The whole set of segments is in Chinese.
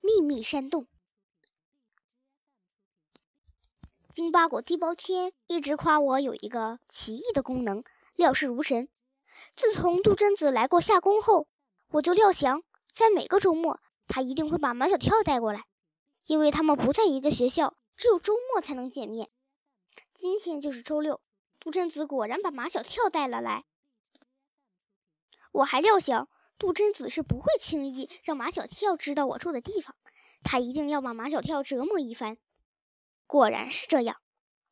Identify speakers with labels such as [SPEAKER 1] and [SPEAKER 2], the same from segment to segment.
[SPEAKER 1] 秘密山洞。金巴果地包天一直夸我有一个奇异的功能，料事如神。自从杜真子来过夏宫后，我就料想在每个周末他一定会把马小跳带过来，因为他们不在一个学校，只有周末才能见面。今天就是周六，杜真子果然把马小跳带了来。我还料想杜真子是不会轻易让马小跳知道我住的地方，他一定要把马小跳折磨一番。果然是这样，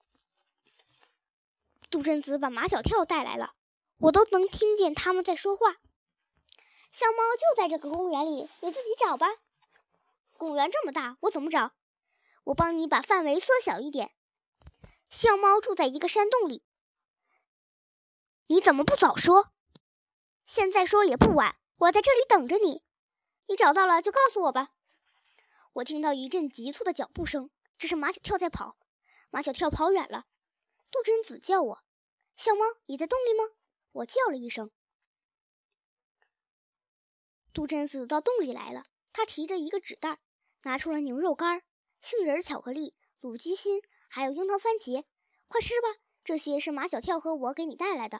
[SPEAKER 1] 杜真子把马小跳带来了，我都能听见他们在说话。小猫就在这个公园里，你自己找吧。公园这么大，我怎么找？我帮你把范围缩小一点。小猫住在一个山洞里。你怎么不早说？现在说也不晚，我在这里等着你。你找到了就告诉我吧。我听到一阵急促的脚步声，这是马小跳在跑。马小跳跑远了。杜真子叫我：小猫，你在洞里吗？我叫了一声。杜真子到洞里来了，他提着一个纸袋，拿出了牛肉干、杏仁巧克力、卤鸡心，还有樱桃番茄。快吃吧，这些是马小跳和我给你带来的。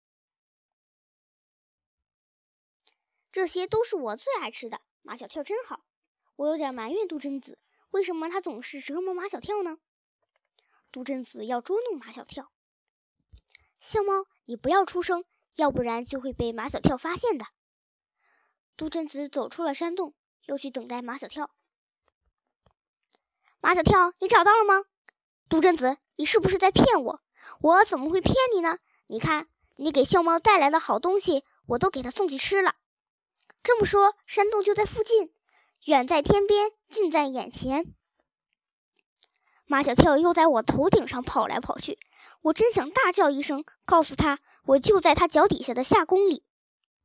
[SPEAKER 1] 这些都是我最爱吃的，马小跳真好。我有点埋怨杜真子，为什么他总是折磨马小跳呢？杜真子要捉弄马小跳。小猫，你不要出声，要不然就会被马小跳发现的。杜真子走出了山洞，又去等待马小跳。马小跳，你找到了吗？杜真子，你是不是在骗我？我怎么会骗你呢？你看，你给小猫带来的好东西，我都给它送去吃了。这么说，山洞就在附近，远在天边，近在眼前。马小跳又在我头顶上跑来跑去，我真想大叫一声，告诉他我就在他脚底下的夏宫里。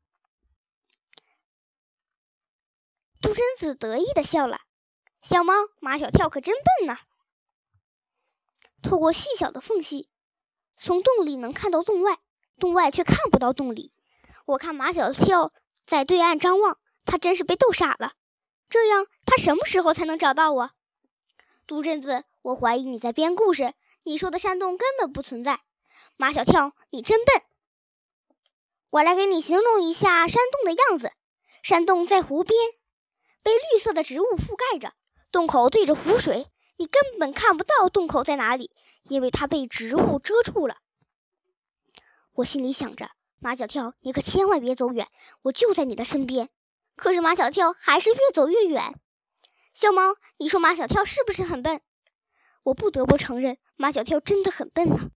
[SPEAKER 1] 杜真子得意地笑了，小猫，马小跳可真笨呢。透过细小的缝隙，从洞里能看到洞外，洞外却看不到洞里。我看马小跳在对岸张望，他真是被逗傻了。这样他什么时候才能找到我？杜真子，我怀疑你在编故事，你说的山洞根本不存在。马小跳，你真笨。我来给你形容一下山洞的样子。山洞在湖边，被绿色的植物覆盖着，洞口对着湖水，你根本看不到洞口在哪里，因为它被植物遮住了。我心里想着，马小跳，你可千万别走远，我就在你的身边。可是马小跳还是越走越远。小猫，你说马小跳是不是很笨？我不得不承认，马小跳真的很笨呢。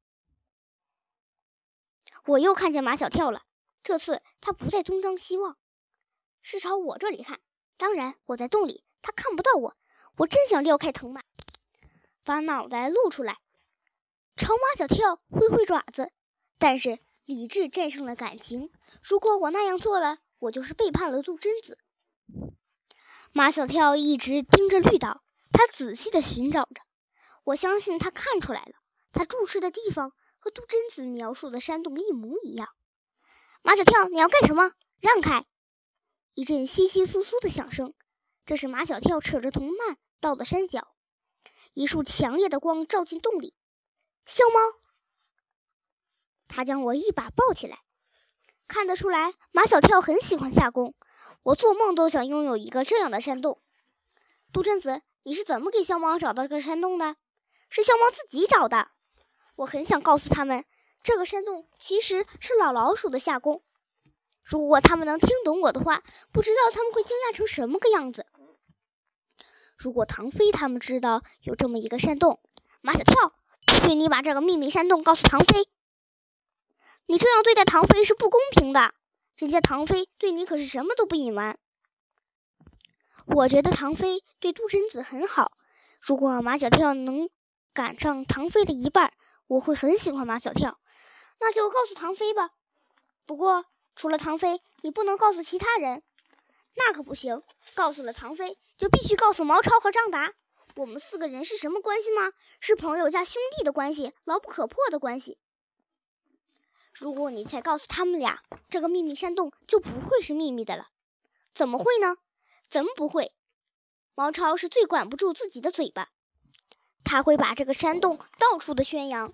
[SPEAKER 1] 我又看见马小跳了，这次他不再东张西望，是朝我这里看。当然，我在洞里，他看不到我。我真想撩开藤蔓，把脑袋露出来，朝马小跳挥挥爪子。但是理智战胜了感情，如果我那样做了，我就是背叛了杜真子。马小跳一直盯着绿岛，他仔细地寻找着。我相信他看出来了，他注视的地方和杜真子描述的山洞一模一样。马小跳，你要干什么？让开！一阵窸窸窣窣的响声，这是马小跳扯着藤蔓到了山脚。一束强烈的光照进洞里。小猫！他将我一把抱起来。看得出来，马小跳很喜欢夏宫。我做梦都想拥有一个这样的山洞。杜真子，你是怎么给小猫找到这个山洞的？是小猫自己找的。我很想告诉他们，这个山洞其实是老老鼠的夏宫。如果他们能听懂我的话，不知道他们会惊讶成什么个样子。如果唐飞他们知道有这么一个山洞，马小跳，不许你把这个秘密山洞告诉唐飞。你这样对待唐飞是不公平的，人家唐飞对你可是什么都不隐瞒。我觉得唐飞对杜真子很好，如果马小跳能赶上唐飞的一半，我会很喜欢马小跳。那就告诉唐飞吧。不过除了唐飞，你不能告诉其他人。那可不行，告诉了唐飞，就必须告诉毛超和张达。我们4个人是什么关系吗？是朋友加兄弟的关系，牢不可破的关系。如果你再告诉他们俩，这个秘密山洞就不会是秘密的了。怎么会呢？怎么不会？ 毛超是最管不住自己的嘴巴，他会把这个山洞到处的宣扬。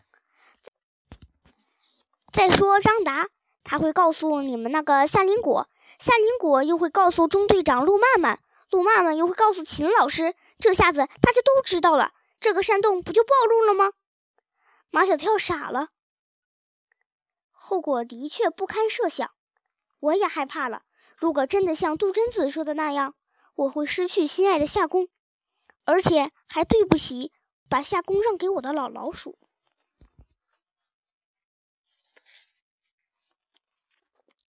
[SPEAKER 1] 再说张达，他会告诉你们那个夏林果，夏林果又会告诉中队长陆曼曼，陆曼曼又会告诉秦老师，这下子大家都知道了，这个山洞不就暴露了吗？马小跳傻了，后果的确不堪设想。我也害怕了，如果真的像杜真子说的那样，我会失去心爱的夏宫，而且还对不起把夏宫让给我的老老鼠。